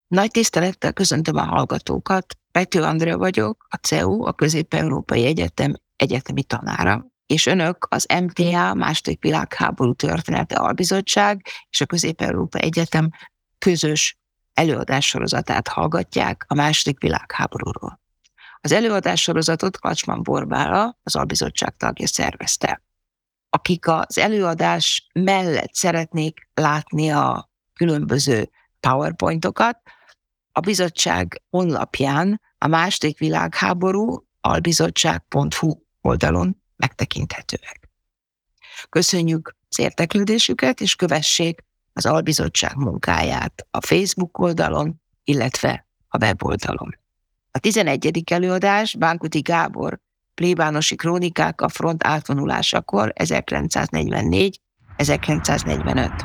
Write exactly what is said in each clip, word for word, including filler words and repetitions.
Nagy tisztelettel köszöntöm a hallgatókat. Pető Andrea vagyok, a cé e u, a Közép-Európai Egyetem egyetemi tanára, és önök az em té á második világháború története albizottság és a Közép-Európai Egyetem közös előadássorozatát hallgatják a második világháborúról. Az előadássorozatot Kacsman Borbála, az albizottság tagja szervezte. Akik az előadás mellett szeretnék látni a különböző PowerPointokat, a bizottság honlapján a második világháború albizottság pont hu oldalon megtekinthetőek. Köszönjük az érdeklődésüket, és kövessék az albizottság munkáját a Facebook oldalon, illetve a weboldalon. A tizenegyedik előadás Bánkuti Gábor plébánosi krónikák a front átvonulásakor ezerkilencszáznegyvennégy-ezerkilencszáznegyvenöt.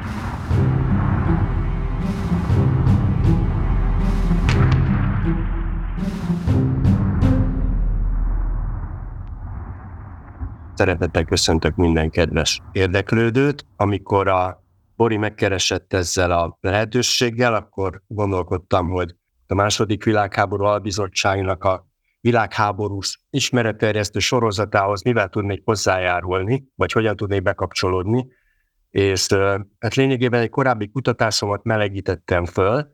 Szeretettel köszöntök minden kedves érdeklődőt. Amikor a Bori megkeresett ezzel a lehetőséggel, akkor gondolkodtam, hogy a második világháború albizottságnak a világháborús ismeretterjesztő sorozatához mivel tudnék hozzájárulni, vagy hogyan tudnék bekapcsolódni, és hát lényegében egy korábbi kutatásomat melegítettem föl,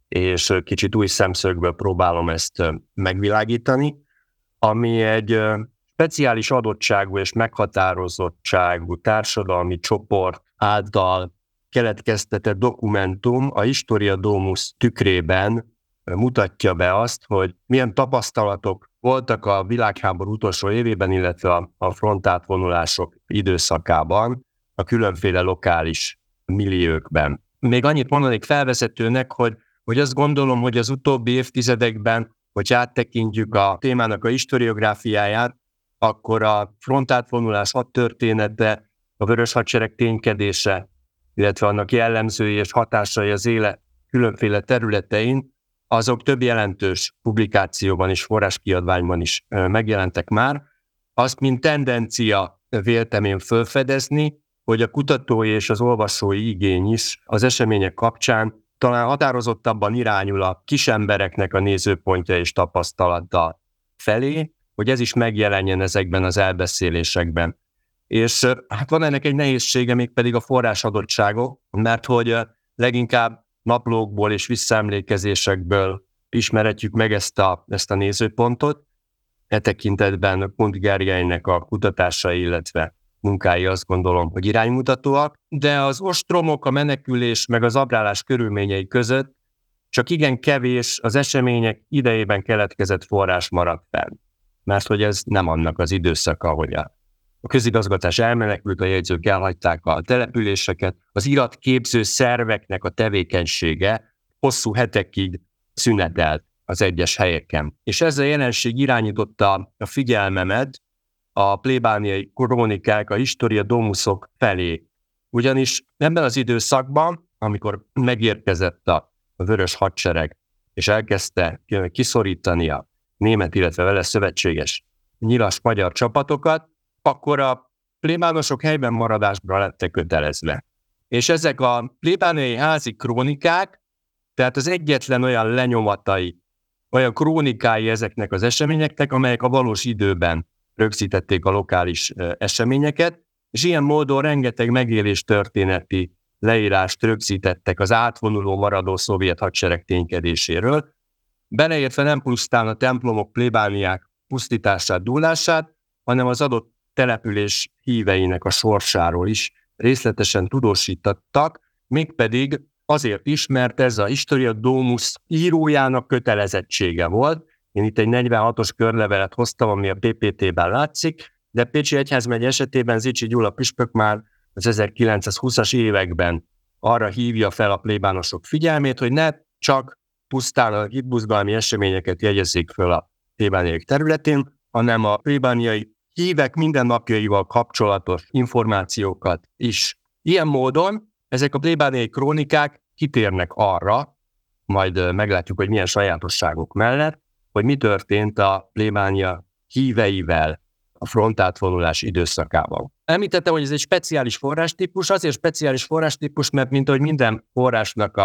és kicsit új szemszögből próbálom ezt megvilágítani, ami egy speciális adottságú és meghatározottságú társadalmi csoport által keletkeztetett dokumentum a Historia Domus tükrében mutatja be azt, hogy milyen tapasztalatok voltak a világháború utolsó évében, illetve a, a frontátvonulások időszakában a különféle lokális milliókben. Még annyit mondanék felvezetőnek, hogy, hogy azt gondolom, hogy az utóbbi évtizedekben, hogy áttekintjük a témának a historiográfiáját, akkor a frontátvonulás hadtörténete, a Vörös Hadsereg ténykedése, illetve annak jellemzői és hatásai az élet különféle területein, azok több jelentős publikációban és forráskiadványban is megjelentek már. Azt, mint tendencia véltem én felfedezni, hogy a kutatói és az olvasói igény is az események kapcsán talán határozottabban irányul a kisembereknek a nézőpontja és tapasztalata felé, hogy ez is megjelenjen ezekben az elbeszélésekben. És hát van ennek egy nehézsége, mégpedig a forrásadottságok, mert hogy leginkább naplókból és visszaemlékezésekből ismerhetjük meg ezt a, ezt a nézőpontot. E tekintetben Kunt Gergelynek a kutatásai, illetve munkái azt gondolom, hogy iránymutatóak, de az ostromok, a menekülés meg az abrálás körülményei között csak igen kevés az események idejében keletkezett forrás maradt fenn. Mert hogy ez nem annak az időszaka, hogy a A közigazgatás elmenekült, a jegyzők elhagyták a településeket, az iratképző szerveknek a tevékenysége hosszú hetekig szünetelt az egyes helyeken. És ez a jelenség irányította a figyelmemet a plébániai krónikák, a Historia Domusok felé. Ugyanis ebben az időszakban, amikor megérkezett a Vörös Hadsereg, és elkezdte kiszorítani a német, illetve vele szövetséges nyilas magyar csapatokat, akkor a plébánosok helyben maradásra lettek kötelezve. És ezek a plébániai házi krónikák, tehát az egyetlen olyan lenyomatai, olyan krónikái ezeknek az eseményeknek, amelyek a valós időben rögzítették a lokális eseményeket, és ilyen módon rengeteg megélés történeti leírást rögzítettek az átvonuló maradó szovjet hadsereg ténykedéséről, beleértve nem pusztán a templomok, plébániák pusztítását, dúlását, hanem az adott település híveinek a sorsáról is részletesen tudósítottak, mégpedig azért is, mert ez a Historia Domus írójának kötelezettsége volt. Én itt egy negyvenhatos körlevelet hoztam, ami a pé pé té-ben látszik, de Pécsi Egyházmegye esetében Zichy Gyula püspök már az ezerkilencszázhúszas években arra hívja fel a plébánosok figyelmét, hogy ne csak pusztán a hitbuzgalmi eseményeket jegyezzék föl a plébániai területén, hanem a plébániai hívek mindennapjaival kapcsolatos információkat is. Ilyen módon ezek a plébániai krónikák kitérnek arra, majd meglátjuk, hogy milyen sajátosságok mellett, hogy mi történt a plébánia híveivel a frontátvonulás időszakában. Említettem, hogy ez egy speciális forrástípus, azért speciális forrástípus, mert mint ahogy minden forrásnak a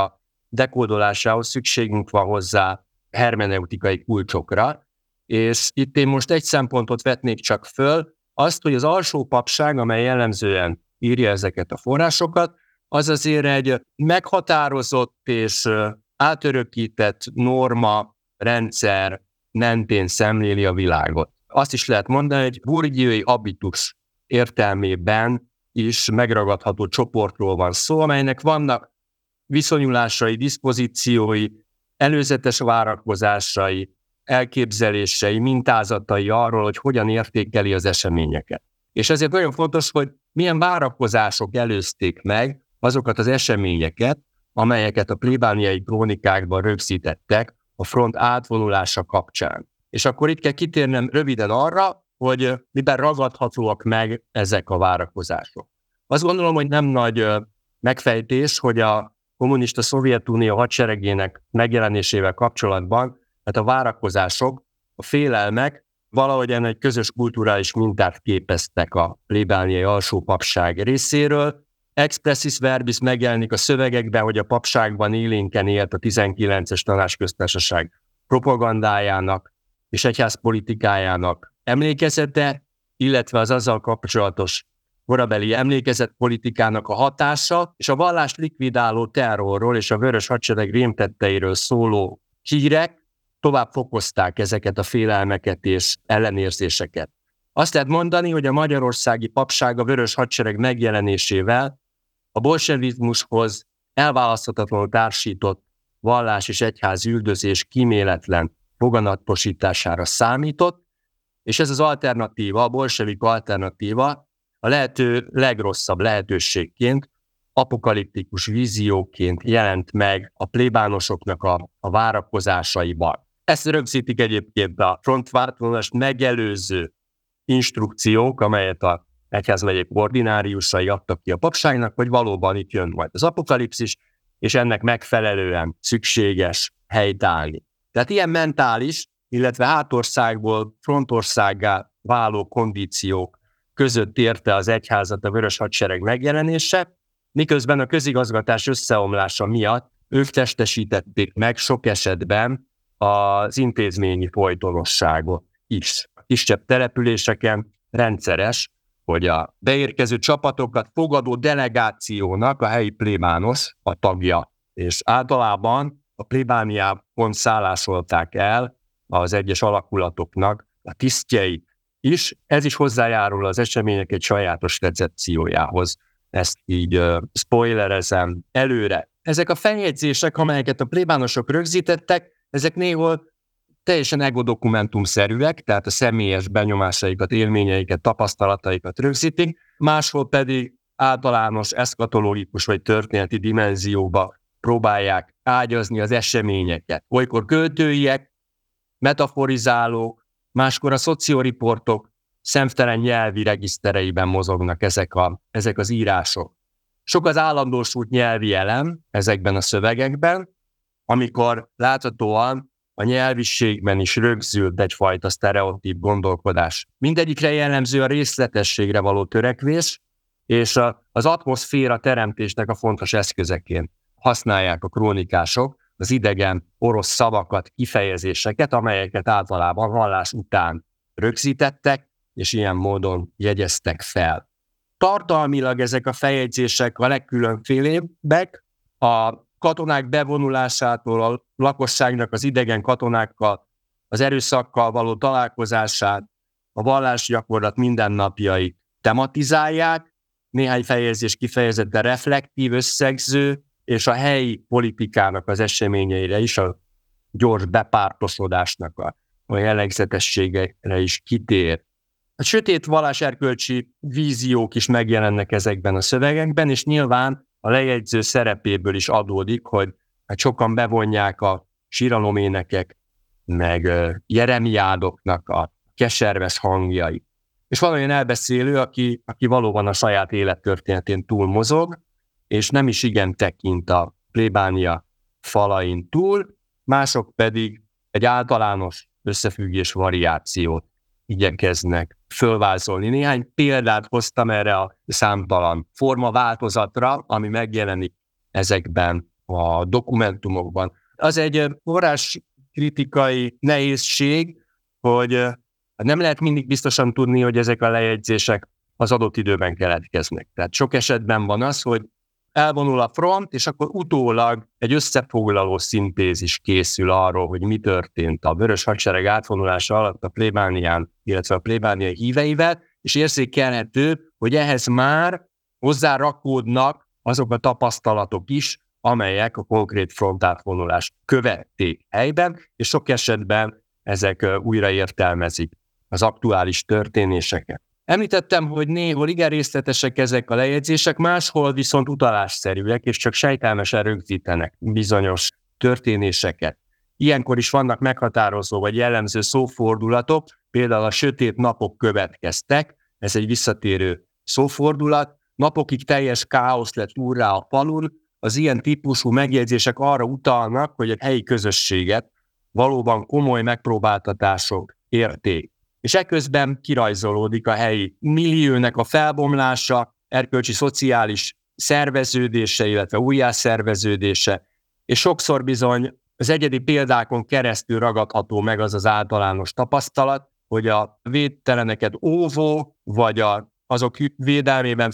dekódolásához szükségünk van hozzá hermeneutikai kulcsokra, és itt én most egy szempontot vetnék csak föl, azt, hogy az alsó papság, amely jellemzően írja ezeket a forrásokat, az azért egy meghatározott és átörökített norma, rendszer mentén szemléli a világot. Azt is lehet mondani, hogy bourdieu'i habitus értelmében is megragadható csoportról van szó, amelynek vannak viszonyulásai, diszpozíciói, előzetes várakozásai, elképzelései, mintázatai arról, hogy hogyan értékeli az eseményeket. És ezért nagyon fontos, hogy milyen várakozások előzték meg azokat az eseményeket, amelyeket a plébániai krónikákban rögzítettek a front átvonulása kapcsán. És akkor itt kell kitérnem röviden arra, hogy miben ragadhatóak meg ezek a várakozások. Azt gondolom, hogy nem nagy megfejtés, hogy a kommunista Szovjetunió hadseregének megjelenésével kapcsolatban hát a várakozások, a félelmek valahogyan egy közös kulturális mintát képeztek a plébániai alsó papság részéről. Expressis verbis megjelenik a szövegekben, hogy a papságban élénken élt a tizenkilences tanácsköztársaság propagandájának és egyházpolitikájának emlékezete, illetve az azzal kapcsolatos korabeli emlékezetpolitikának a hatása, és a vallást likvidáló terrorról és a vörös hadsereg rémtetteiről szóló hírek tovább fokozták ezeket a félelmeket és ellenérzéseket. Azt lehet mondani, hogy a magyarországi papság a vörös hadsereg megjelenésével a bolsevizmushoz elválaszthatatlanul társított vallás és egyházi üldözés kíméletlen foganatosítására számított, és ez az alternatíva, a bolsevik alternatíva a lehető legrosszabb lehetőségként, apokaliptikus vízióként jelent meg a plébánosoknak a, a várakozásaiban. Ezt rögzítik egyébként a frontváltozást megelőző instrukciók, amelyet a egyházmegyék ordináriusai adtak ki a papságnak, hogy valóban itt jön majd az apokalipszis, és ennek megfelelően szükséges helytállni. Tehát ilyen mentális, illetve hátországból frontországgá váló kondíciók között érte az egyházat a vörös hadsereg megjelenése, miközben a közigazgatás összeomlása miatt ők testesítették meg sok esetben az intézményi folytonosságot is. A kisebb településeken rendszeres, hogy a beérkező csapatokat fogadó delegációnak a helyi plébános a tagja, és általában a plébániában szállásolták el az egyes alakulatoknak a tisztjeit is. Ez is hozzájárul az események egy sajátos recepciójához. Ezt így uh, spoilerezem előre. Ezek a feljegyzések, amelyeket a plébánosok rögzítettek, ezek néhol teljesen egodokumentumszerűek, tehát a személyes benyomásaikat, élményeiket, tapasztalataikat rögzítik, máshol pedig általános eszkatológikus vagy történeti dimenzióba próbálják ágyazni az eseményeket. Olykor költőiek, metaforizálók, máskor a szocioriportok szemtelen nyelvi regisztereiben mozognak ezek, a, ezek az írások. Sok az állandósult nyelvi elem ezekben a szövegekben, amikor láthatóan a nyelviségben is rögzült egyfajta sztereotíp gondolkodás. Mindegyikre jellemző a részletességre való törekvés, és a, az atmoszféra teremtésnek a fontos eszközeként használják a krónikások az idegen orosz szavakat, kifejezéseket, amelyeket általában vallás után rögzítettek, és ilyen módon jegyeztek fel. Tartalmilag ezek a feljegyzések a legkülönfélébbek, a katonák bevonulásától a lakosságnak az idegen katonákkal, az erőszakkal való találkozását, a vallásgyakorlat mindennapjai tematizálják, néhány feljegyzés kifejezetten reflektív, összegző, és a helyi politikának az eseményeire is, a gyors bepártosodásnak a, a jellegzetességeire is kitér. A sötét valláserkölcsi víziók is megjelennek ezekben a szövegekben, és nyilván a lejegyző szerepéből is adódik, hogy hát sokan bevonják a síraloménekek, meg jeremiádoknak a keserves hangjai. És van olyan elbeszélő, aki, aki valóban a saját élettörténetén túl mozog, és nem is igen tekint a plébánia falain túl, mások pedig egy általános összefüggés variációt igyekeznek fölvázolni. Néhány példát hoztam erre a számtalan formaváltozatra, ami megjelenik ezekben a dokumentumokban. Az egy forráskritikai nehézség, hogy nem lehet mindig biztosan tudni, hogy ezek a lejegyzések az adott időben keletkeznek. Tehát sok esetben van az, hogy elvonul a front, és akkor utólag egy összefoglaló szintézis készül arról, hogy mi történt a Vörös Hadsereg átvonulása alatt a plébánián, illetve a plébániai híveivel, és érzékelhető, hogy ehhez már hozzárakódnak azok a tapasztalatok is, amelyek a konkrét frontátvonulást követték helyben, és sok esetben ezek újraértelmezik az aktuális történéseket. Említettem, hogy néhol igen részletesek ezek a lejegyzések, máshol viszont utalásszerűek, és csak sejtelmesen rögzítenek bizonyos történéseket. Ilyenkor is vannak meghatározó vagy jellemző szófordulatok, például a sötét napok következtek, ez egy visszatérő szófordulat, napokig teljes káosz lett úrrá a falun, az ilyen típusú megjegyzések arra utalnak, hogy a helyi közösséget valóban komoly megpróbáltatások érték. És eközben kirajzolódik a helyi milliónek a felbomlása, erkölcsi szociális szerveződése, illetve újjászerveződése, és sokszor bizony az egyedi példákon keresztül ragadható meg az az általános tapasztalat, hogy a védteleneket óvó, vagy a, azok védelmében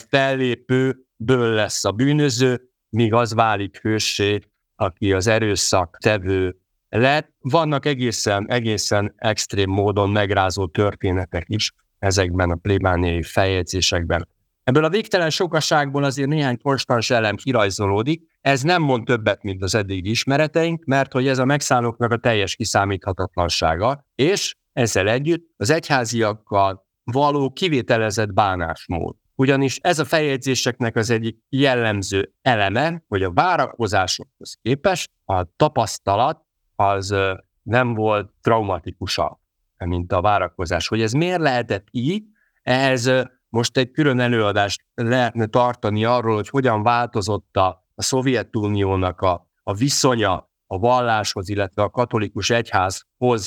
fellépőből lesz a bűnöző, míg az válik hőssé, aki az erőszak tevő lett. Vannak egészen, egészen extrém módon megrázó történetek is ezekben a plébániai feljegyzésekben. Ebből a végtelen sokaságból azért néhány konstans elem kirajzolódik, ez nem mond többet, mint az eddigi ismereteink, mert hogy ez a megszállóknak a teljes kiszámíthatatlansága, és ezzel együtt az egyháziakkal való kivételezett bánásmód. Ugyanis ez a feljegyzéseknek az egyik jellemző eleme, hogy a várakozásokhoz képest a tapasztalat az nem volt traumatikusabb, mint a várakozás. Hogy ez miért lehetett így, ehhez most egy külön előadást lehetne tartani arról, hogy hogyan változott a, a Szovjetuniónak a, a viszonya a valláshoz, illetve a katolikus egyházhoz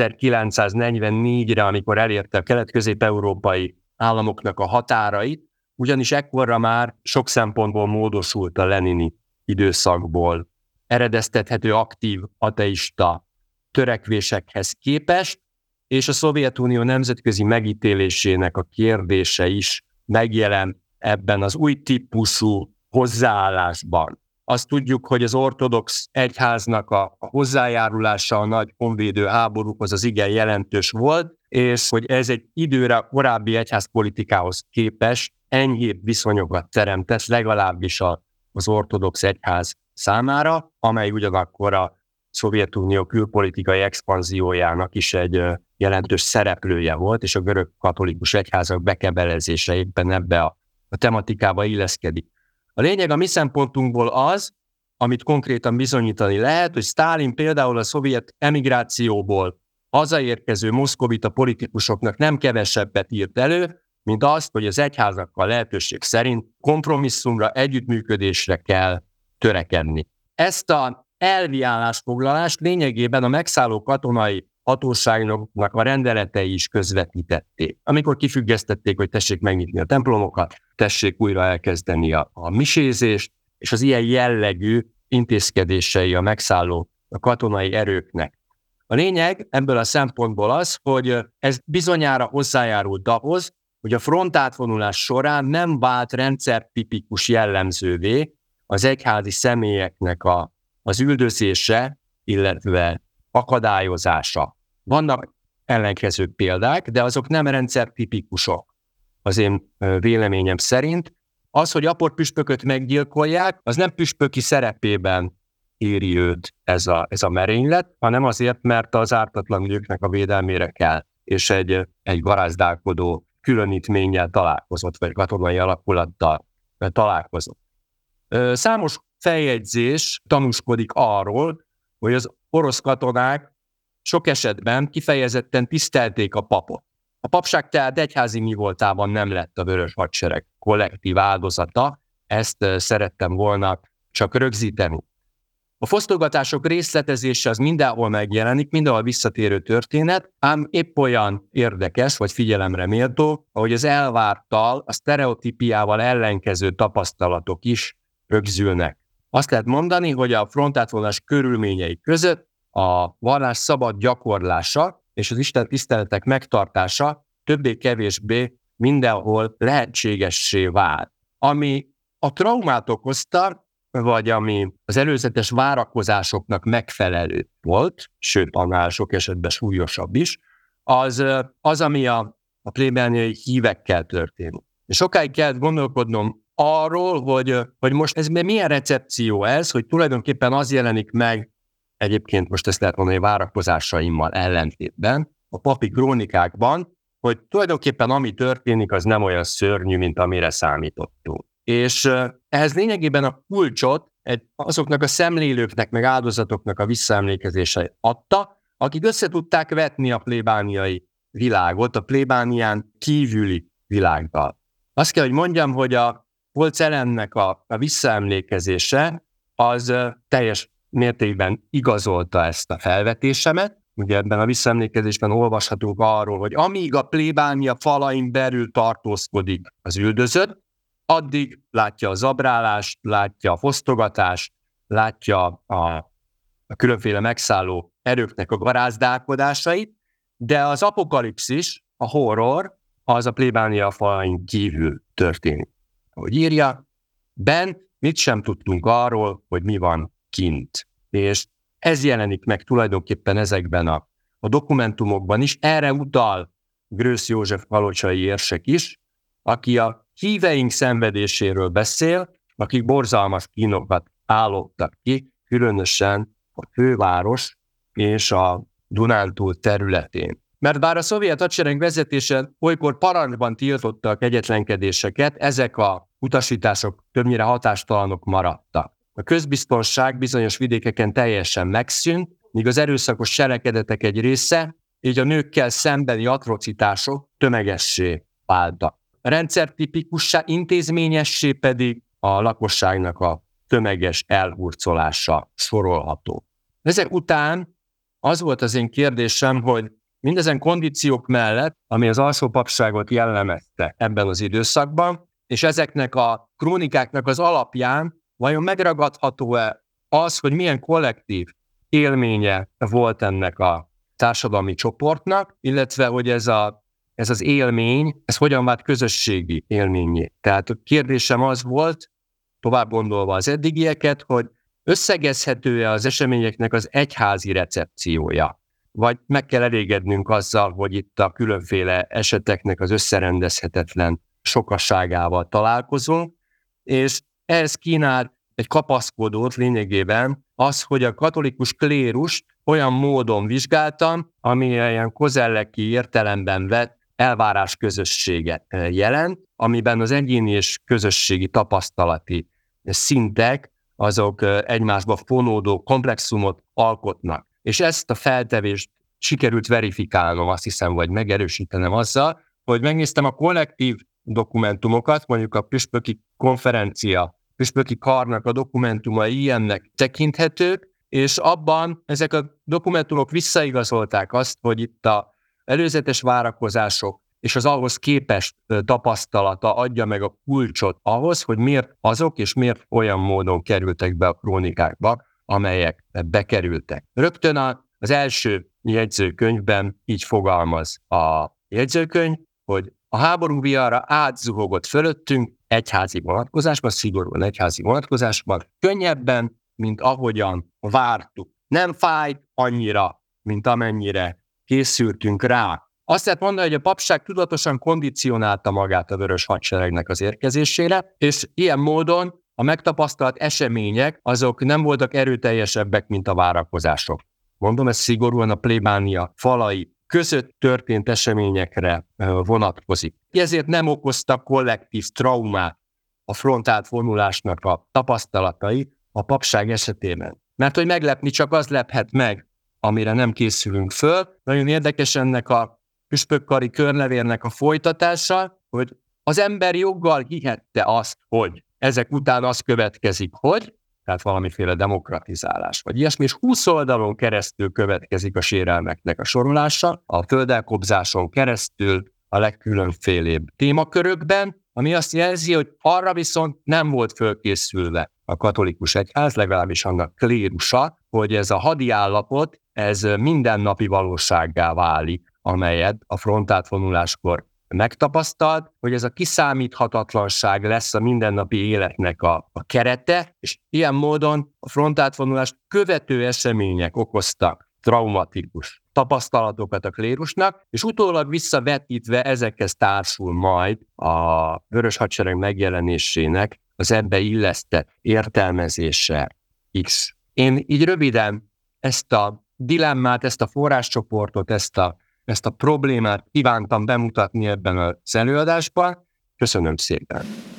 ezerkilencszáznegyvennégyre, amikor elérte a kelet-közép-európai államoknak a határait, ugyanis ekkorra már sok szempontból módosult a lenini időszakból eredeztethető aktív ateista törekvésekhez képest, és a Szovjetunió nemzetközi megítélésének a kérdése is megjelen ebben az új típusú hozzáállásban. Azt tudjuk, hogy az ortodox egyháznak a hozzájárulása a nagy honvédő háborúkhoz az igen jelentős volt, és hogy ez egy időre korábbi egyházpolitikához képest enyhébb viszonyokat teremtett, legalábbis az ortodox egyház számára, amely ugyanakkor a Szovjetunió külpolitikai expanziójának is egy jelentős szereplője volt, és a görög katolikus egyházak bekebelezése éppen ebbe a, a tematikába illeszkedik. A lényeg a mi szempontunkból az, amit konkrétan bizonyítani lehet, hogy Sztálin például a szovjet emigrációból hazaérkező moszkovita politikusoknak nem kevesebbet írt elő, mint azt, hogy az egyházakkal lehetőség szerint kompromisszumra, együttműködésre kell törekedni. Ezt a elvi állásfoglalást lényegében a megszálló katonai hatóságnak a rendeletei is közvetítették. Amikor kifüggesztették, hogy tessék megnyitni a templomokat, tessék újra elkezdeni a, a misézést, és az ilyen jellegű intézkedései a megszálló a katonai erőknek. A lényeg ebből a szempontból az, hogy ez bizonyára hozzájárult ahhoz, hogy a frontátvonulás során nem vált rendszertipikus jellemzővé az egyházi személyeknek a, az üldözése, illetve akadályozása. Vannak ellenkező példák, de azok nem rendszertipikusok. Az én véleményem szerint az, hogy aportpüspököt meggyilkolják, az nem püspöki szerepében éri őt ez a, ez a merénylet, hanem azért, mert az ártatlan nőknek a védelmére kell, és egy, egy garázdálkodó különítménnyel találkozott, vagy katonai alakulattal találkozott. Számos feljegyzés tanúskodik arról, hogy az orosz katonák sok esetben kifejezetten tisztelték a papot. A papság tehát egyházi mi voltában nem lett a Vörös Hadsereg kollektív áldozata, ezt szerettem volna csak rögzíteni. A fosztogatások részletezése az mindenhol megjelenik, mindenhol visszatérő történet, ám épp olyan érdekes, vagy figyelemre méltó, ahogy az elvárttal, a sztereotípiával ellenkező tapasztalatok is rögzülnek Azt lehet mondani, hogy a frontátvonulás körülményei között a vallás szabad gyakorlása és az Isten tiszteletek megtartása többé-kevésbé mindenhol lehetségessé vált. Ami a traumát okozta, vagy ami az előzetes várakozásoknak megfelelő volt, sőt, annál sok esetben súlyosabb is, az, az ami a, a plébániai hívekkel történik. És sokáig kellett gondolkodnom arról, hogy, hogy most ez milyen recepció ez, hogy tulajdonképpen az jelenik meg, egyébként most ezt lehet mondani, várakozásaimmal ellentétben, a papi krónikákban, hogy tulajdonképpen ami történik, az nem olyan szörnyű, mint amire számítottunk. És ehhez lényegében a kulcsot egy, azoknak a szemlélőknek, meg áldozatoknak a visszaemlékezése adta, akik össze tudták vetni a plébániai világot, a plébánián kívüli világgal. Azt kell, hogy mondjam, hogy a Polcerennek a, a visszaemlékezése az teljes mértékben igazolta ezt a felvetésemet. Ugye ebben a visszaemlékezésben olvashatunk arról, hogy amíg a plébánia falain belül tartózkodik az üldözött, addig látja a zabrálást, látja a fosztogatást, látja a, a különféle megszálló erőknek a garázdálkodásait, de az apokalipszis, a horror, az a plébánia falain kívül történik. Ahogy írja, bent mit sem tudtunk arról, hogy mi van kint. És ez jelenik meg tulajdonképpen ezekben a, a dokumentumokban is. Erre utal Grösz József palocsai érsek is, aki a híveink szenvedéséről beszél, akik borzalmas kínokat állottak ki, különösen a főváros és a Dunántúl területén. Mert bár a szovjet hadsereg vezetése olykor parancsban tiltotta a kegyetlenkedéseket, ezek a utasítások többnyire hatástalanok maradtak. A közbiztonság bizonyos vidékeken teljesen megszűnt, míg az erőszakos cselekedetek egy része, így a nőkkel szembeni atrocitások tömegessé váltak. A rendszer tipikussá, intézményessé pedig a lakosságnak a tömeges elhurcolása sorolható. Ezek után az volt az én kérdésem, hogy mindezen kondíciók mellett, ami az alsó papságot jellemezte ebben az időszakban, és ezeknek a krónikáknak az alapján vajon megragadható-e az, hogy milyen kollektív élménye volt ennek a társadalmi csoportnak, illetve hogy ez, a, ez az élmény, ez hogyan vált közösségi élményé. Tehát a kérdésem az volt, tovább gondolva az eddigieket, hogy összegezhető-e az eseményeknek az egyházi recepciója, vagy meg kell elégednünk azzal, hogy itt a különféle eseteknek az összerendezhetetlen sokasságával találkozunk, és ehhez kínál egy kapaszkodót lényegében az, hogy a katolikus klérust olyan módon vizsgáltam, ami ilyen kozelleki értelemben vett elvárás közösséget jelent, amiben az egyéni és közösségi tapasztalati szintek azok egymásba fonódó komplexumot alkotnak. És ezt a feltevést sikerült verifikálnom, azt hiszem, vagy megerősítenem azzal, hogy megnéztem a kollektív dokumentumokat, mondjuk a püspöki konferencia, püspöki karnak a dokumentumai ilyennek tekinthetők, és abban ezek a dokumentumok visszaigazolták azt, hogy itt az előzetes várakozások és az ahhoz képest tapasztalata adja meg a kulcsot ahhoz, hogy miért azok és miért olyan módon kerültek be a krónikákba, amelyek bekerültek. Rögtön az első jegyzőkönyvben így fogalmaz a jegyzőkönyv, hogy a háború vihara átzuhogott fölöttünk egyházi vonatkozásban, szigorúan egyházi vonatkozásban, könnyebben, mint ahogyan vártuk. Nem fájt annyira, mint amennyire készültünk rá. Azt lehet mondani, hogy a papság tudatosan kondicionálta magát a Vörös Hadseregnek az érkezésére, és ilyen módon a megtapasztalt események azok nem voltak erőteljesebbek, mint a várakozások. Mondom, ez szigorúan a plébánia falai között történt eseményekre vonatkozik. Ezért nem okozta kollektív traumát a frontátvonulásnak a tapasztalatai a papság esetében. Mert hogy meglepni csak az lephet meg, amire nem készülünk föl. Nagyon érdekes ennek a püspökkari körlevérnek a folytatása, hogy az ember joggal hihette azt, hogy ezek után az következik, hogy, tehát valamiféle demokratizálás, vagy ilyesmi, és húsz oldalon keresztül következik a sérelmeknek a sorolása, a földelkobzáson keresztül a legkülönfélébb témakörökben, ami azt jelzi, hogy arra viszont nem volt fölkészülve a katolikus egyház, legalábbis annak klérusa, hogy ez a hadi állapot, ez mindennapi valósággá válik, amelyet a frontátvonuláskor megtapasztalt, hogy ez a kiszámíthatatlanság lesz a mindennapi életnek a, a kerete, és ilyen módon a frontátvonulást követő események okoztak traumatikus tapasztalatokat a klérusnak, és utólag visszavetítve ezekhez társul majd a Vörös Hadsereg megjelenésének az ebbe illesztett értelmezése X. Én így röviden ezt a dilemmát, ezt a forráscsoportot, ezt a, ezt a problémát kívántam bemutatni ebben az előadásban. Köszönöm szépen!